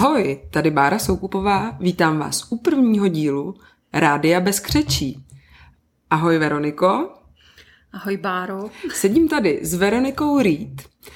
Ahoj, tady Bára Soukupová, vítám vás u prvního dílu Rádia bez křečí. Ahoj Veroniko. Ahoj Báro. Sedím tady s Veronikou Reed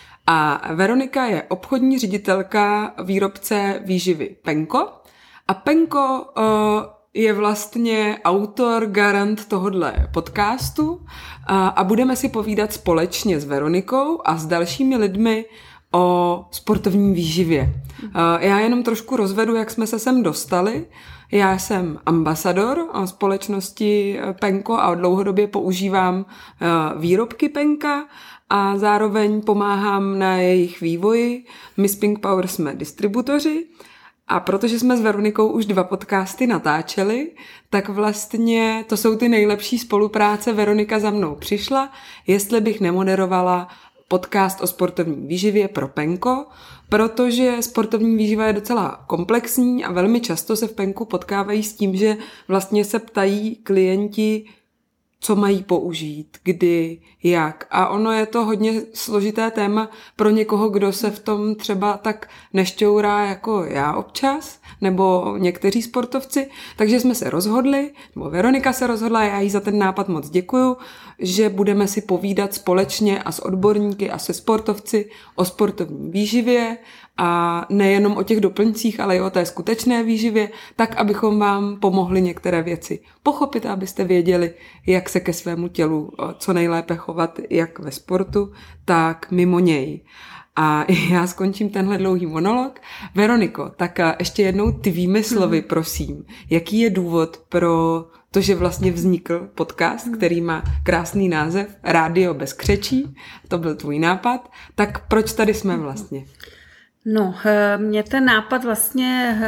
a Veronika je obchodní ředitelka výrobce výživy Penko a Penko je vlastně autor, garant tohodle podcastu a budeme si povídat společně s Veronikou a s dalšími lidmi o sportovní výživě. Já jenom trošku rozvedu, jak jsme se sem dostali. Já jsem ambasador společnosti Penko a dlouhodobě používám výrobky Penka a zároveň pomáhám na jejich vývoji. My s Pink Power jsme distributoři a protože jsme s Veronikou už 2 podcasty natáčeli, tak vlastně to jsou ty nejlepší spolupráce. Veronika za mnou přišla, jestli bych nemoderovala podcast o sportovní výživě pro Penko, protože sportovní výživa je docela komplexní a velmi často se v Penku potkávají s tím, že vlastně se ptají klienti, co mají použít, kdy, jak. A ono je to hodně složité téma pro někoho, kdo se v tom třeba tak nešťourá jako já občas, nebo někteří sportovci. Takže jsme se rozhodli, nebo Veronika se rozhodla, já jí za ten nápad moc děkuju, že budeme si povídat společně a s odborníky a se sportovci o sportovní výživě a nejenom o těch doplňcích, ale i o té skutečné výživě, tak abychom vám pomohli některé věci pochopit, abyste věděli, jak se ke svému tělu co nejlépe chovat, jak ve sportu, tak mimo něj. A já skončím tenhle dlouhý monolog. Veroniko, tak ještě jednou tvými slovy, prosím, jaký je důvod pro to, že vlastně vznikl podcast, který má krásný název Rádio bez křečí, to byl tvůj nápad, tak proč tady jsme vlastně? No, mě ten nápad vlastně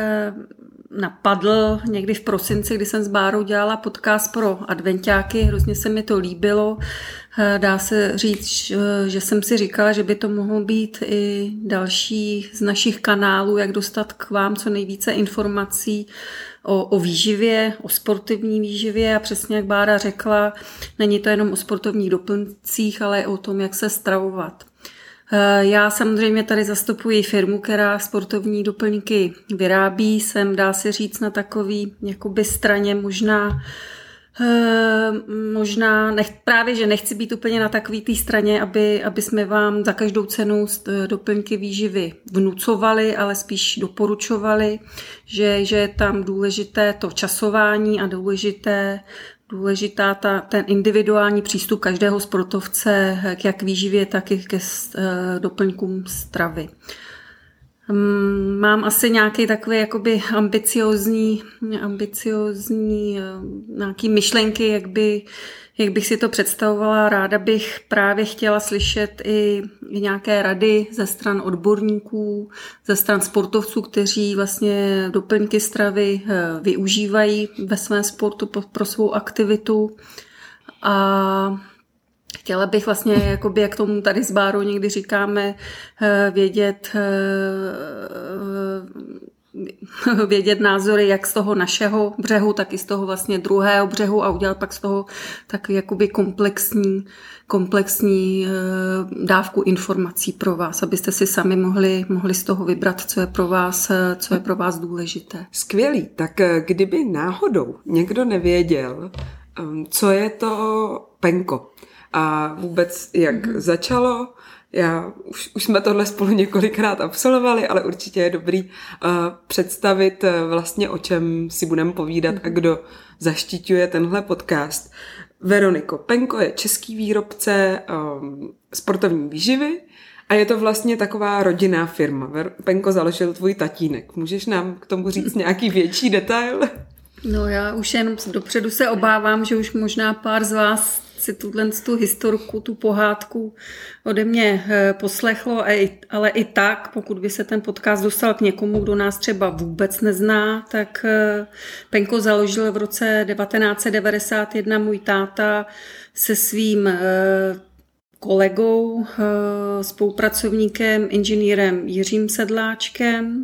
napadl někdy v prosinci, kdy jsem s Bárou dělala podcast pro adventáky, hrozně se mi to líbilo. Dá se říct, že jsem si říkala, že by to mohlo být i další z našich kanálů, jak dostat k vám co nejvíce informací o výživě, o sportovní výživě a přesně jak Bára řekla, není to jenom o sportovních doplňcích, ale i o tom, jak se stravovat. Já samozřejmě tady zastupuji firmu, která sportovní doplňky vyrábí. Jsem, dá se říct, na takový jakoby straně možná právě, že nechci být úplně na takový té straně, aby jsme vám za každou cenu doplňky výživy vnucovali, ale spíš doporučovali, že je tam důležité to časování a důležitá ten individuální přístup každého sportovce k jak výživě, tak i ke doplňkům stravy. Mám asi nějaký takový jakoby ambiciozní nějaký myšlenky, jak bych si to představovala. Ráda bych právě chtěla slyšet i nějaké rady ze stran odborníků, ze stran sportovců, kteří vlastně doplňky stravy využívají ve svém sportu pro svou aktivitu. A chtěla bych vlastně, jakoby, jak tomu tady s Bárou někdy říkáme, vědět názory jak z toho našeho břehu, tak i z toho vlastně druhého břehu a udělat pak z toho takový jakoby komplexní dávku informací pro vás, abyste si sami mohli z toho vybrat, co je pro vás důležité. Skvělý. Tak kdyby náhodou někdo nevěděl, co je to Penko a vůbec jak začalo, už jsme tohle spolu několikrát absolvovali, ale určitě je dobrý představit vlastně, o čem si budeme povídat a kdo zaštiťuje tenhle podcast. Veroniko, Penko je český výrobce sportovní výživy a je to vlastně taková rodinná firma. Penko založil tvůj tatínek. Můžeš nám k tomu říct nějaký větší detail? No já už jenom dopředu se obávám, že už možná pár z vás si tu historku, tu pohádku ode mě poslechlo, ale i tak, pokud by se ten podcast dostal k někomu, kdo nás třeba vůbec nezná, tak Penko založil v roce 1991 můj táta se svým kolegou, spolupracovníkem, inženýrem Jiřím Sedláčkem.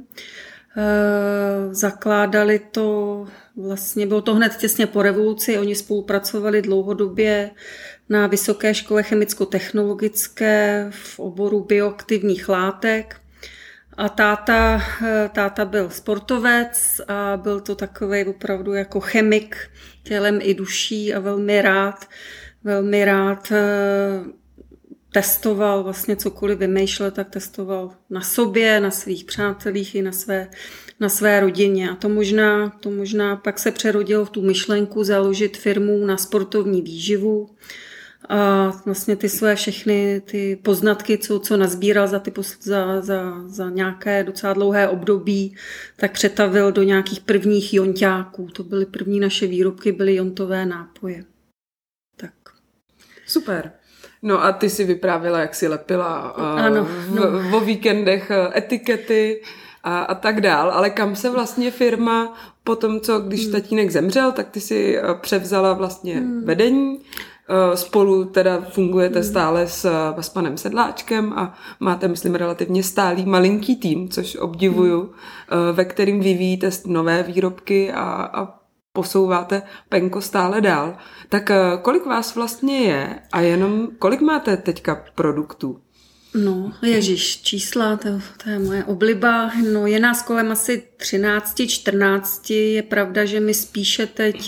Zakládali to, vlastně bylo to hned těsně po revoluci, oni spolupracovali dlouhodobě na Vysoké škole chemicko-technologické v oboru bioaktivních látek A táta byl sportovec a byl to takovej opravdu jako chemik tělem i duší a velmi rád testoval vlastně cokoliv vymýšlel, tak testoval na sobě, na svých přátelích i na své rodině. A to možná pak se přerodilo v tu myšlenku založit firmu na sportovní výživu. A vlastně ty své všechny ty poznatky, co nazbíral za nějaké docela dlouhé období, tak přetavil do nějakých prvních jonťáků. To byly první naše výrobky, byly jontové nápoje. Tak. Super. No a ty si vyprávěla, jak si lepila o víkendech etikety a tak dál, ale kam se vlastně firma po tom, co když tatínek zemřel, tak ty si převzala vlastně vedení. Spolu teda fungujete stále s panem Sedláčkem a máte, myslím, relativně stálý malinký tým, což obdivuju, ve kterým vyvíjíte nové výrobky a posouváte Penko stále dál. Tak kolik vás vlastně je a jenom kolik máte teďka produktů? No, ježiš, čísla, to je moje obliba. No, je nás kolem asi 13, 14. Je pravda, že my spíše teď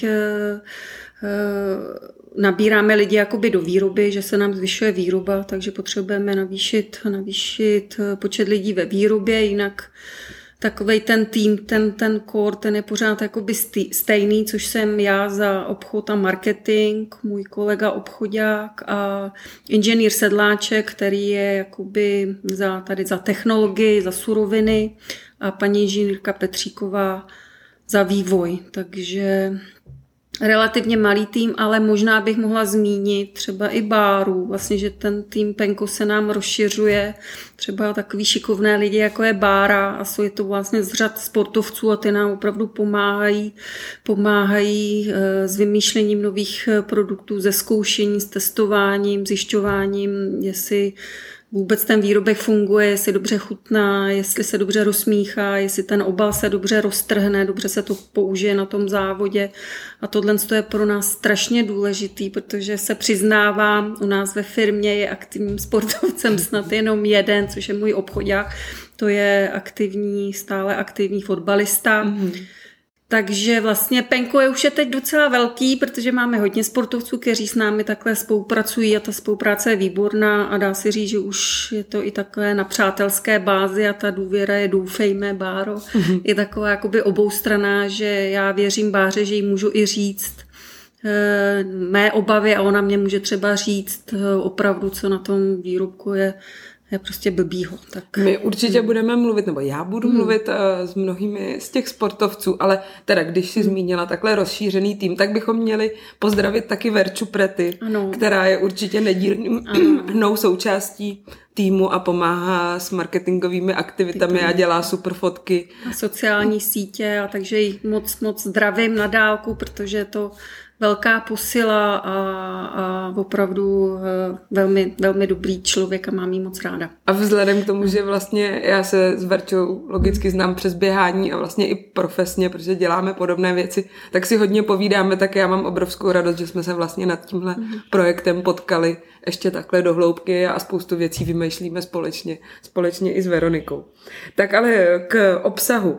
nabíráme lidi jakoby do výroby, že se nám zvyšuje výroba, takže potřebujeme navýšit počet lidí ve výrobě, jinak takovej ten tým, ten core, ten je pořád jakoby stejný, což jsem já za obchod a marketing, můj kolega obchodák a inženýr Sedláček, který je jakoby za technologii, za suroviny a paní inženýrka Petříková za vývoj, takže relativně malý tým, ale možná bych mohla zmínit třeba i Báru, vlastně, že ten tým Penko se nám rozšiřuje, třeba takový šikovné lidi, jako je Bára a jsou to vlastně z řad sportovců a ty nám opravdu pomáhají s vymýšlením nových produktů, ze zkoušení, s testováním, zjišťováním, jestli vůbec ten výrobek funguje, jestli dobře chutná, jestli se dobře rozmíchá, jestli ten obal se dobře roztrhne, dobře se to použije na tom závodě. A tohle je pro nás strašně důležitý, protože se přiznávám, u nás ve firmě je aktivním sportovcem snad jenom jeden, což je můj obchodák. To je stále aktivní fotbalista. Mm-hmm. Takže vlastně Penko už je teď docela velký, protože máme hodně sportovců, kteří s námi takhle spolupracují a ta spolupráce je výborná a dá se říct, že už je to i takové na přátelské bázi a ta důvěra je, doufejme, Báro, je taková jakoby oboustranná, že já věřím Báře, že jí můžu i říct mé obavy a ona mě může třeba říct opravdu, co na tom výrobku je prostě blbýho. Tak. My určitě budeme mluvit, nebo já budu mluvit s mnohými z těch sportovců, ale teda když si zmínila takhle rozšířený tým, tak bychom měli pozdravit taky Verču Prety, která je určitě nedílnou součástí týmu a pomáhá s marketingovými aktivitami a dělá super fotky. A sociální sítě, a takže jí moc zdravím na dálku, protože je to velká posila a opravdu velmi, velmi dobrý člověk a mám jí moc ráda. A vzhledem k tomu, že vlastně já se s Verčou logicky znám přes běhání a vlastně i profesně, protože děláme podobné věci, tak si hodně povídáme, tak já mám obrovskou radost, že jsme se vlastně nad tímhle projektem potkali ještě takhle do hloubky a spoustu věcí vymýšlíme společně i s Veronikou. Tak ale k obsahu.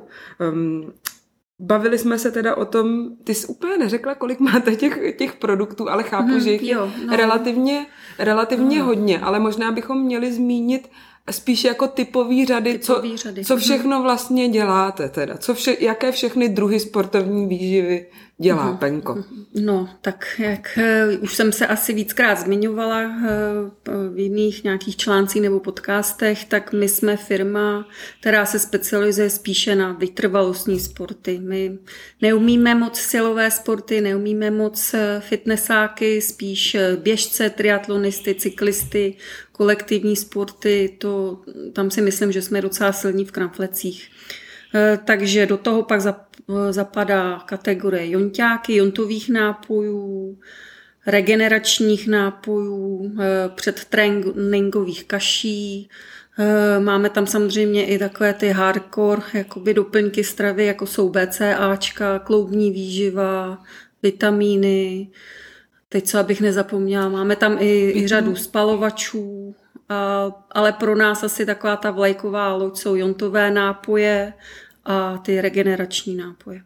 Bavili jsme se teda o tom, ty jsi úplně neřekla, kolik máte těch produktů, ale chápu, že jich je relativně hodně, ale možná bychom měli zmínit spíš jako typový řady, co všechno vlastně děláte teda, jaké všechny druhy sportovní výživy dělá Penko. No, tak jak už jsem se asi víckrát zmiňovala v jiných nějakých článcích nebo podcastech, tak my jsme firma, která se specializuje spíše na vytrvalostní sporty. My neumíme moc silové sporty, neumíme moc fitnessáky, spíš běžce, triatlonisty, cyklisty, kolektivní sporty, tam si myslím, že jsme docela silní v kramflecích. Takže do toho pak zapadá kategorie jonťáky, jontových nápojů, regeneračních nápojů, předtréninkových kaší. Máme tam samozřejmě i takové ty hardcore jakoby doplňky stravy, jako jsou BCAčka, kloubní výživa, vitamíny. Teď co abych nezapomněla, máme tam i řadu spalovačů ale pro nás asi taková ta vlajková loď jsou jontové nápoje a ty regenerační nápoje.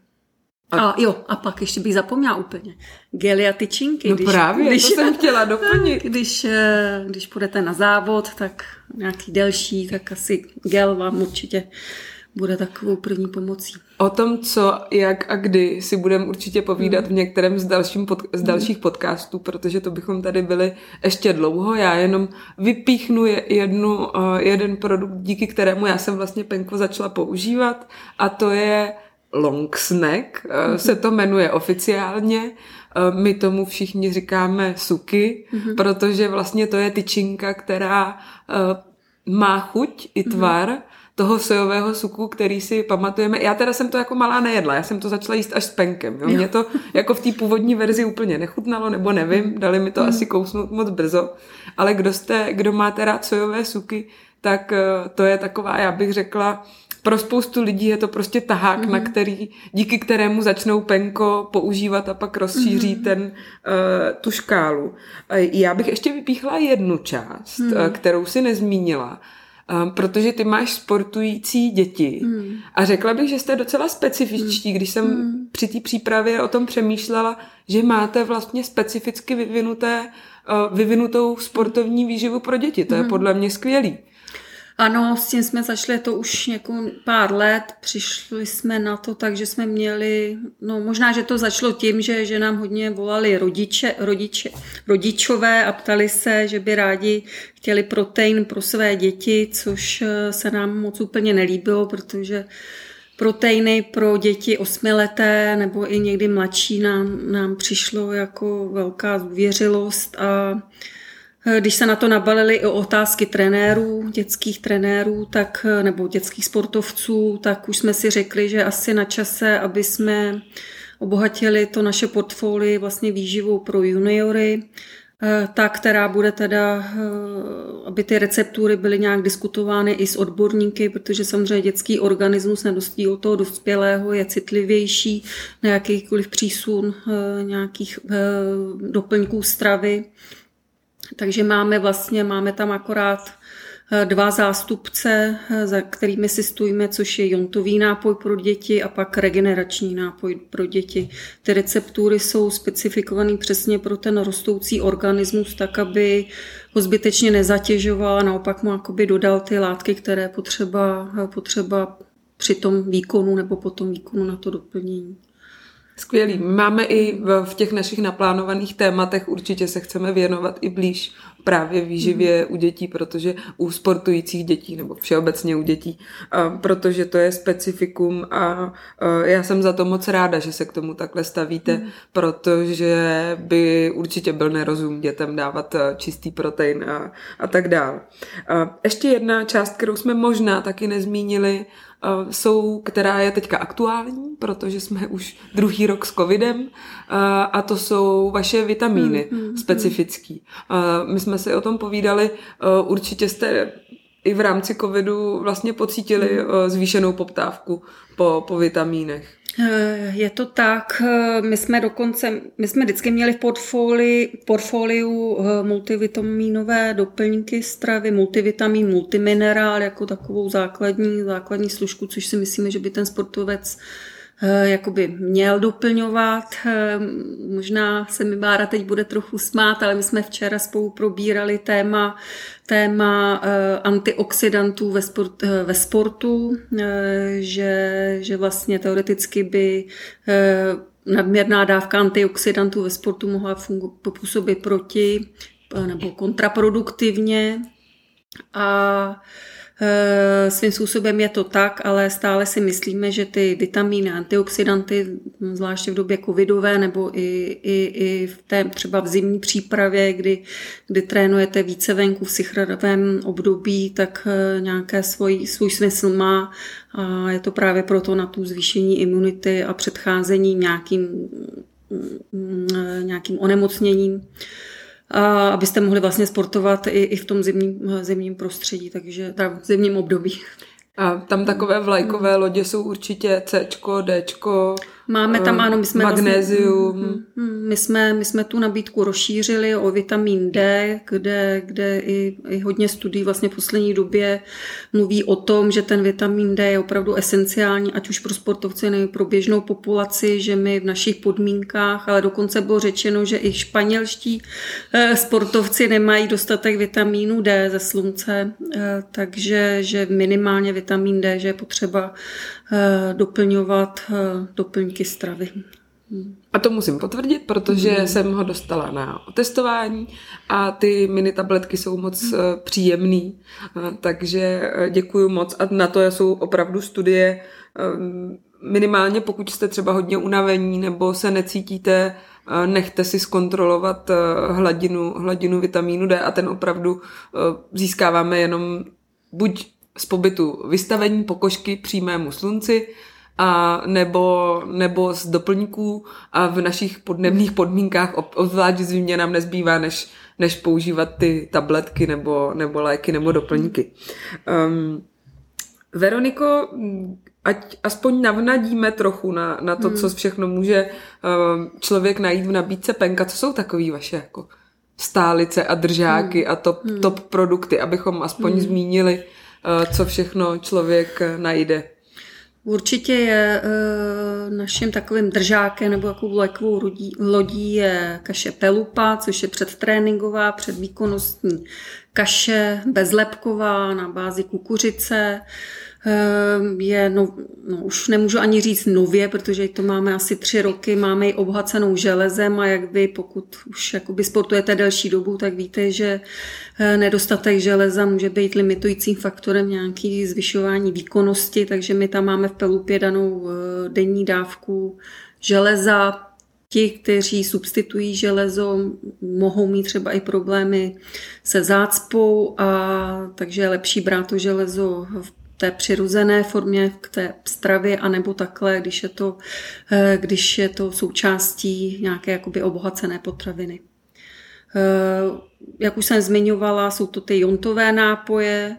A pak ještě bych zapomněla úplně. Gely a tyčinky. No právě, to jsem chtěla doplnit. Když půjdete na závod, tak nějaký delší, tak asi gel vám určitě bude takovou první pomocí. O tom, co, jak a kdy si budeme určitě povídat v některém z dalších podcastů, protože to bychom tady byli ještě dlouho. Já jenom vypíchnu jeden produkt, díky kterému já jsem vlastně penko začala používat, a to je long snack, se to jmenuje oficiálně. My tomu všichni říkáme suky, protože vlastně to je tyčinka, která má chuť i tvar toho sojového suku, který si pamatujeme. Já teda jsem to jako malá nejedla, já jsem to začala jíst až s penkem. Jo? Mně to jako v té původní verzi úplně nechutnalo, nebo nevím, dali mi to asi kousnout moc brzo, ale kdo máte rád sojové suky, tak to je taková, já bych řekla, pro spoustu lidí je to prostě tahák, díky kterému začnou penko používat a pak rozšíří tu škálu. Já bych ještě vypíchla jednu část, kterou si nezmínila, protože ty máš sportující děti a řekla bych, že jste docela specifičtí, když jsem při té přípravě o tom přemýšlela, že máte vlastně specificky vyvinutou sportovní výživu pro děti. To je podle mě skvělý. Ano, s tím jsme začali to už pár let, přišli jsme na to tak, že jsme měli, možná, že to začalo tím, že nám hodně volali rodičové a ptali se, že by rádi chtěli protein pro své děti, což se nám moc úplně nelíbilo, protože proteiny pro děti 8leté nebo i někdy mladší nám přišlo jako velká zvěřilost a když se na to nabalily i otázky trenérů, dětských trenérů, nebo dětských sportovců, tak už jsme si řekli, že asi na čase, aby jsme obohatili to naše portfolio vlastně výživou pro juniory, ta, která bude teda, aby ty receptury byly nějak diskutovány i s odborníky, protože samozřejmě dětský organismus na rozdíl od toho dospělého je citlivější na jakýkoliv přísun nějakých doplňků stravy. Takže máme tam akorát 2 zástupce, za kterými si stojíme, což je jontový nápoj pro děti a pak regenerační nápoj pro děti. Ty receptury jsou specifikované přesně pro ten rostoucí organismus, tak aby ho zbytečně nezatěžoval a naopak mu jakoby dodal ty látky, které potřeba při tom výkonu nebo po tom výkonu na to doplnění. Skvělý. My máme i v těch našich naplánovaných tématech určitě se chceme věnovat i blíž právě výživě u dětí, protože u sportujících dětí nebo všeobecně u dětí, protože to je specifikum a já jsem za to moc ráda, že se k tomu takhle stavíte, protože by určitě byl nerozum dětem dávat čistý protein a tak dál. Ještě jedna část, kterou jsme možná taky nezmínili, která je teďka aktuální, protože jsme už 2. rok s covidem a to jsou vaše vitamíny specifický. My jsme si o tom povídali, určitě jste i v rámci covidu vlastně pocítili zvýšenou poptávku po vitamínech. Je to tak, my jsme vždycky měli v portfoliu multivitaminové doplňky stravy, multivitamin, multiminerál jako takovou základní složku, což si myslíme, že by ten sportovec jakoby měl doplňovat. Možná se mi Bára teď bude trochu smát, ale my jsme včera spolu probírali téma antioxidantů ve sportu, že vlastně teoreticky by nadměrná dávka antioxidantů ve sportu mohla působit proti nebo kontraproduktivně a svým způsobem je to tak, ale stále si myslíme, že ty vitamíny, antioxidanty, zvláště v době covidové nebo i třeba v zimní přípravě, kdy trénujete více venku v sichravém období, tak nějaké svůj smysl má a je to právě proto na tu zvýšení imunity a předcházení nějakým onemocněním. A abyste mohli vlastně sportovat i v tom zimním prostředí, takže v zimním období. A tam takové vlajkové lodě jsou určitě Cčko, Dčko. Máme tam, ano, my jsme magnézium. My jsme tu nabídku rozšířili o vitamin D, kde i hodně studií vlastně v poslední době mluví o tom, že ten vitamin D je opravdu esenciální, ať už pro sportovce nebo pro běžnou populaci, že my v našich podmínkách, ale dokonce bylo řečeno, že i španělští sportovci nemají dostatek vitamínu D ze slunce, takže že minimálně vitamin D, že je potřeba doplňovat doplňky stravy. A to musím potvrdit, protože jsem ho dostala na testování a ty mini tabletky jsou moc příjemný, takže děkuju moc a na to jsou opravdu studie, minimálně pokud jste třeba hodně unavení nebo se necítíte, nechte si zkontrolovat hladinu vitamínu D a ten opravdu získáváme jenom buď z pobytu vystavení pokožky přímému slunci, a nebo z doplňků a v našich podnebných podmínkách obzvlášť zimně nám nezbývá, než používat ty tabletky nebo léky nebo doplňky. Veroniko, ať aspoň navnadíme trochu na to, co všechno může člověk najít v nabídce Penka. Co jsou takový vaše jako stálice a držáky a top produkty, abychom aspoň zmínili, co všechno člověk najde? Určitě je naším takovým držákem nebo takovou lékovou lodí je kaše Pelupa, což je předtréninková, předvýkonnostní kaše, bezlepková na bázi kukuřice. Je, už nemůžu ani říct nově, protože to máme asi 3 roky, máme ji obohacenou železem a jak vy, pokud už jakoby sportujete delší dobu, tak víte, že nedostatek železa může být limitujícím faktorem nějaký zvyšování výkonnosti, takže my tam máme v Pelupě danou denní dávku železa. Ti, kteří substituují železo, mohou mít třeba i problémy se zácpou, takže je lepší brát to železo v té přirozené formě k té stravě, anebo takhle, když je to součástí nějaké jakoby obohacené potraviny. Jak už jsem zmiňovala, jsou to ty jontové nápoje.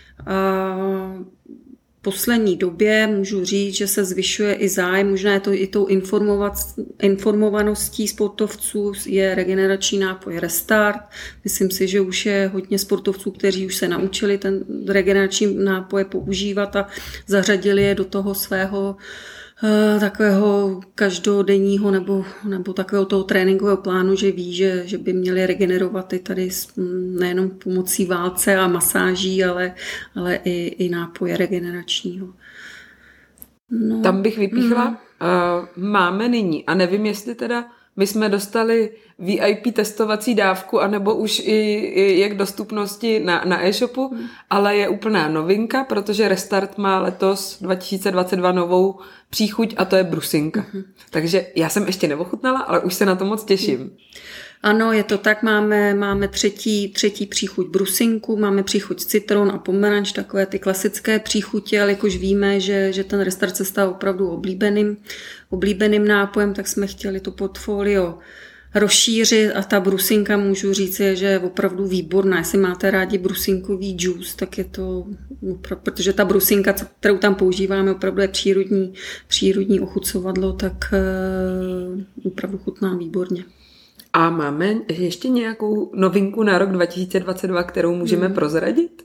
V poslední době můžu říct, že se zvyšuje i zájem, možná je to i tou informovaností sportovců, je regenerační nápoj Restart. Myslím si, že už je hodně sportovců, kteří už se naučili ten regenerační nápoj používat a zařadili je do toho svého takového každodenního nebo takového toho tréninkového plánu, že ví, že by měli regenerovat i tady nejenom pomocí válce a masáží, ale i nápoje regeneračního. No. Tam bych vypíchla, máme nyní, a nevím, jestli teda my jsme dostali VIP testovací dávku, anebo už i jak dostupnosti na e-shopu, ale je úplná novinka, protože Restart má letos 2022 novou příchuť a to je brusinka. Takže já jsem ještě neochutnala, ale už se na to moc těším. Ano, je to tak, máme třetí příchuť brusinku, máme příchuť citron a pomeranč, takové ty klasické příchutě, ale jakož víme, že ten Restart se stal opravdu oblíbeným nápojem, tak jsme chtěli to portfolio rozšířit a ta brusinka, můžu říct, že je opravdu výborná. Jestli máte rádi brusinkový džus, tak je to, protože ta brusinka, kterou tam používáme, opravdu je přírodní ochucovadlo, tak opravdu chutná výborně. A máme ještě nějakou novinku na rok 2022, kterou můžeme prozradit?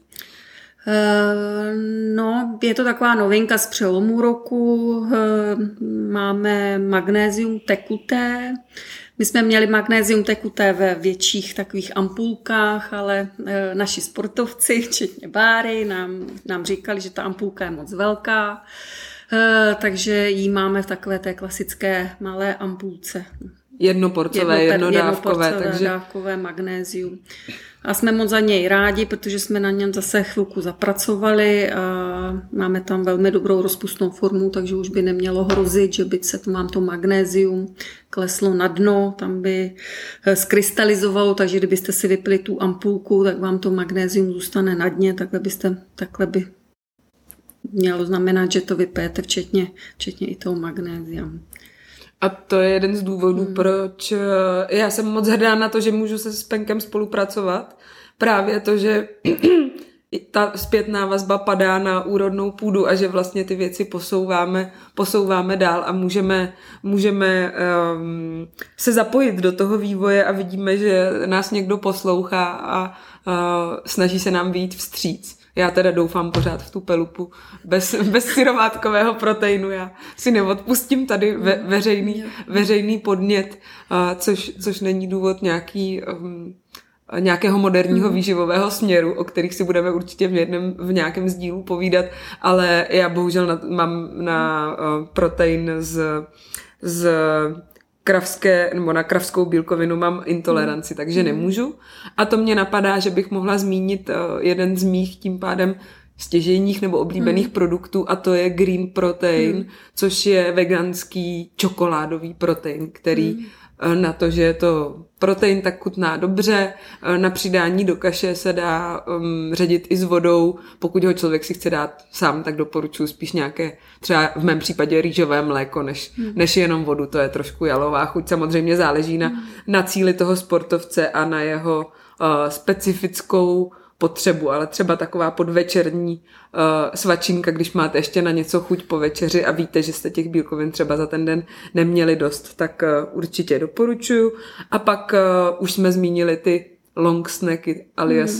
No, je to taková novinka z přelomu roku. Máme magnézium tekuté. My jsme měli magnézium tekuté ve větších takových ampulkách, ale naši sportovci, včetně Báry, nám říkali, že ta ampulka je moc velká, takže ji máme v takové té klasické malé ampulce. Jednodávkové, takže dávkové magnézium. A jsme moc za něj rádi, protože jsme na něm zase chvilku zapracovali a máme tam velmi dobrou rozpustnou formu, takže už by nemělo hrozit, že by se to magnézium kleslo na dno, tam by skrystalizovalo, takže kdybyste si vypili tu ampulku, tak vám to magnézium zůstane na dně, takhle by mělo znamenat, že to vypijete včetně i toho magnézia. A to je jeden z důvodů, proč já jsem moc hrdá na to, že můžu se s Penkem spolupracovat. Právě to, že ta zpětná vazba padá na úrodnou půdu a že vlastně ty věci posouváme dál a můžeme se zapojit do toho vývoje a vidíme, že nás někdo poslouchá a snaží se nám vyjít vstříc. Já teda doufám pořád v tu pelupu bez syrovátkového proteinu. Já si neodpustím tady veřejný podnět, což není důvod nějakého moderního výživového směru, o kterých si budeme určitě v nějakém z dílů povídat, ale já bohužel mám na protein z kravské, nebo na kravskou bílkovinu mám intoleranci, takže nemůžu. A to mě napadá, že bych mohla zmínit jeden z mých tím pádem stěžejních nebo oblíbených produktů a to je green protein, což je veganský čokoládový protein, který na to, že je to protein, tak chutná dobře. Na přidání do kaše se dá ředit i s vodou. Pokud ho člověk si chce dát sám, tak doporučuji spíš nějaké, třeba v mém případě rýžové mléko, než jenom vodu. To je trošku jalová chuť. Samozřejmě záleží na cíli toho sportovce a na jeho specifickou potřebu, ale třeba taková podvečerní svačinka, když máte ještě na něco chuť po večeři a víte, že jste těch bílkovin třeba za ten den neměli dost, tak určitě doporučuju. A pak už jsme zmínili ty long snacky, alias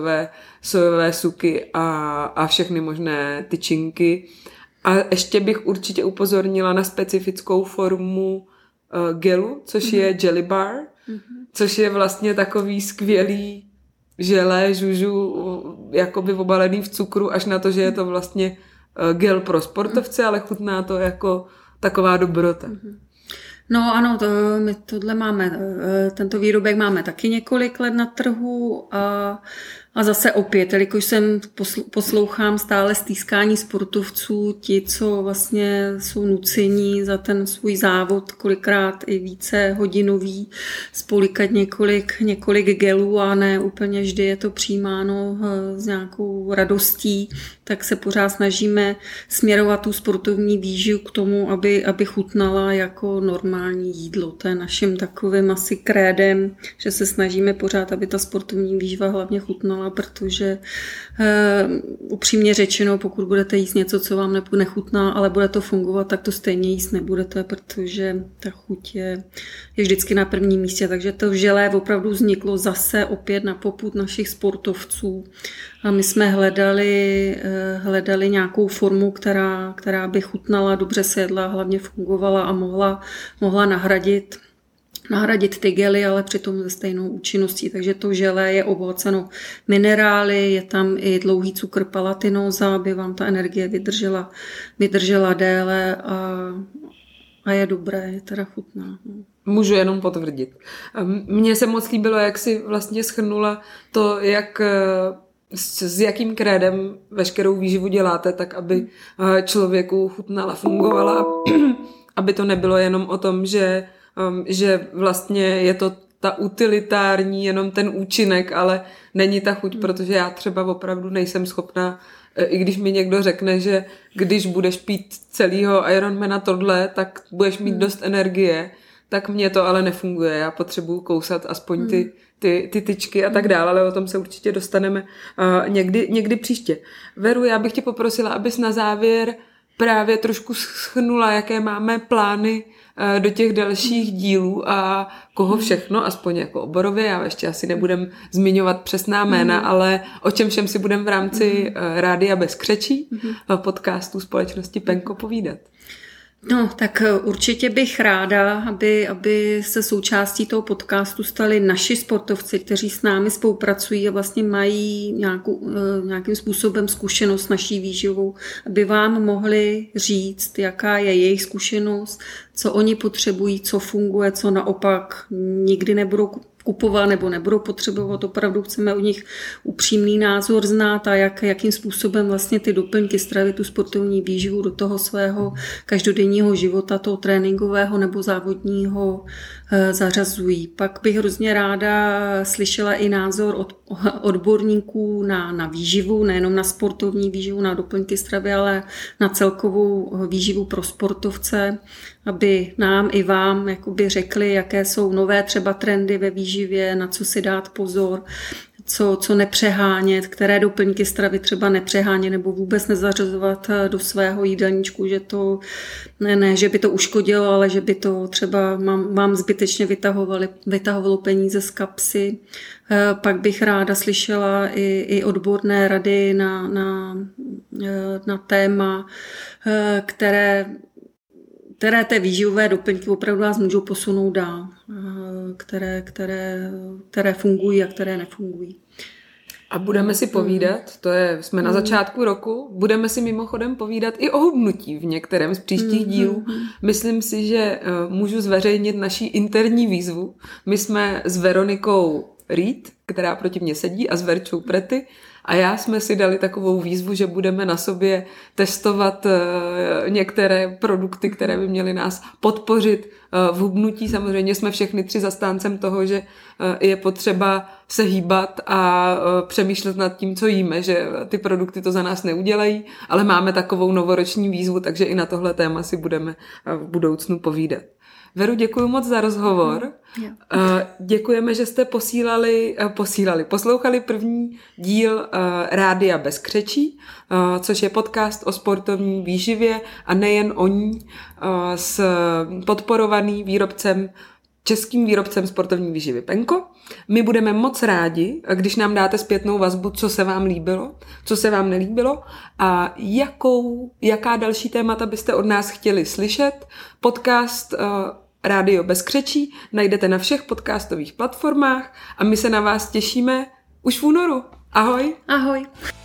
sojové suky a všechny možné tyčinky. A ještě bych určitě upozornila na specifickou formu gelu, což je jelly bar, což je vlastně takový skvělý želé, žužu, jakoby obalený v cukru, až na to, že je to vlastně gel pro sportovce, ale chutná to jako taková dobrota. No ano, my tohle máme, tento výrobek máme taky několik let na trhu a zase opět, jelikož poslouchám stále stýskání sportovců, ti, co vlastně jsou nuceni za ten svůj závod kolikrát i více hodinový spolíkat několik gelů a ne úplně vždy je to přijímáno s nějakou radostí, tak se pořád snažíme směrovat tu sportovní výživu k tomu, aby chutnala jako normální jídlo. To je naším takovým asi krédem, že se snažíme pořád, aby ta sportovní výživa hlavně chutnala, protože upřímně řečeno, pokud budete jíst něco, co vám nechutná, ale bude to fungovat, tak to stejně jíst nebudete, protože ta chuť je vždycky na prvním místě. Takže to želé opravdu vzniklo zase opět na popud našich sportovců. A my jsme hledali nějakou formu, která by chutnala, dobře se jedla, hlavně fungovala a mohla nahradit ty gely, ale přitom se stejnou účinností. Takže to želé je obohaceno minerály, je tam i dlouhý cukr palatinóza, aby vám ta energie vydržela déle a je dobré, je teda chutná. Můžu jenom potvrdit. Mně se moc líbilo, jak si vlastně shrnula to, s jakým krédem veškerou výživu děláte, tak aby člověku chutnala, fungovala, aby to nebylo jenom o tom, že vlastně je to ta utilitární, jenom ten účinek, ale není ta chuť, protože já třeba opravdu nejsem schopná, i když mi někdo řekne, že když budeš pít celýho Ironmana tohle, tak budeš mít dost energie, tak mně to ale nefunguje. Já potřebuju kousat aspoň ty tyčky a tak dále, ale o tom se určitě dostaneme někdy příště. Veru, já bych tě poprosila, abys na závěr právě trošku shrnula, jaké máme plány do těch dalších dílů a koho všechno, aspoň jako oborově, já ještě asi nebudem zmiňovat přesná jména, ale o čem všem si budem v rámci Rádia bez křečí podcastu společnosti Penko povídat. No, tak určitě bych ráda, aby se součástí toho podcastu stali naši sportovci, kteří s námi spolupracují a vlastně mají nějakým způsobem zkušenost s naší výživou, aby vám mohli říct, jaká je jejich zkušenost, co oni potřebují, co funguje, co naopak nikdy nebudou kupovat nebo nebudou potřebovat. Opravdu chceme od nich upřímný názor znát a jakým způsobem vlastně ty doplňky stravy, tu sportovní výživu do toho svého každodenního života, toho tréninkového nebo závodního zařazují. Pak bych hrozně ráda slyšela i názor od odborníků na výživu, nejenom na sportovní výživu, na doplňky stravy, ale na celkovou výživu pro sportovce, aby nám i vám jakoby řekli, jaké jsou nové třeba trendy ve výživě, na co si dát pozor, co nepřehánět, které doplňky stravy třeba nepřehánět nebo vůbec nezařazovat do svého jídelníčku, že to ne, že by to uškodilo, ale že by to třeba vám zbytečně vytahovalo peníze z kapsy. Pak bych ráda slyšela i odborné rady na téma, které té výživové doplňky opravdu vás můžou posunout dál, které fungují a které nefungují. A budeme si povídat, jsme na začátku roku, budeme si mimochodem povídat i o hubnutí v některém z příštích dílů. Myslím si, že můžu zveřejnit naší interní výzvu. My jsme s Veronikou Reed, která proti mně sedí, a s Verčou Prety, a já jsme si dali takovou výzvu, že budeme na sobě testovat některé produkty, které by měly nás podpořit v hubnutí. Samozřejmě jsme všechny 3 zastáncem toho, že je potřeba se hýbat a přemýšlet nad tím, co jíme, že ty produkty to za nás neudělají, ale máme takovou novoroční výzvu, takže i na tohle téma si budeme v budoucnu povídat. Veru, děkuji moc za rozhovor. Děkujeme, že jste poslouchali první díl Rádia bez křečí, což je podcast o sportovní výživě a nejen o ní, podporovaný českým výrobcem sportovní výživy Penko. My budeme moc rádi, když nám dáte zpětnou vazbu, co se vám líbilo, co se vám nelíbilo a jaká další témata byste od nás chtěli slyšet. Podcast Rádio bez křečí najdete na všech podcastových platformách a my se na vás těšíme už v únoru. Ahoj! Ahoj!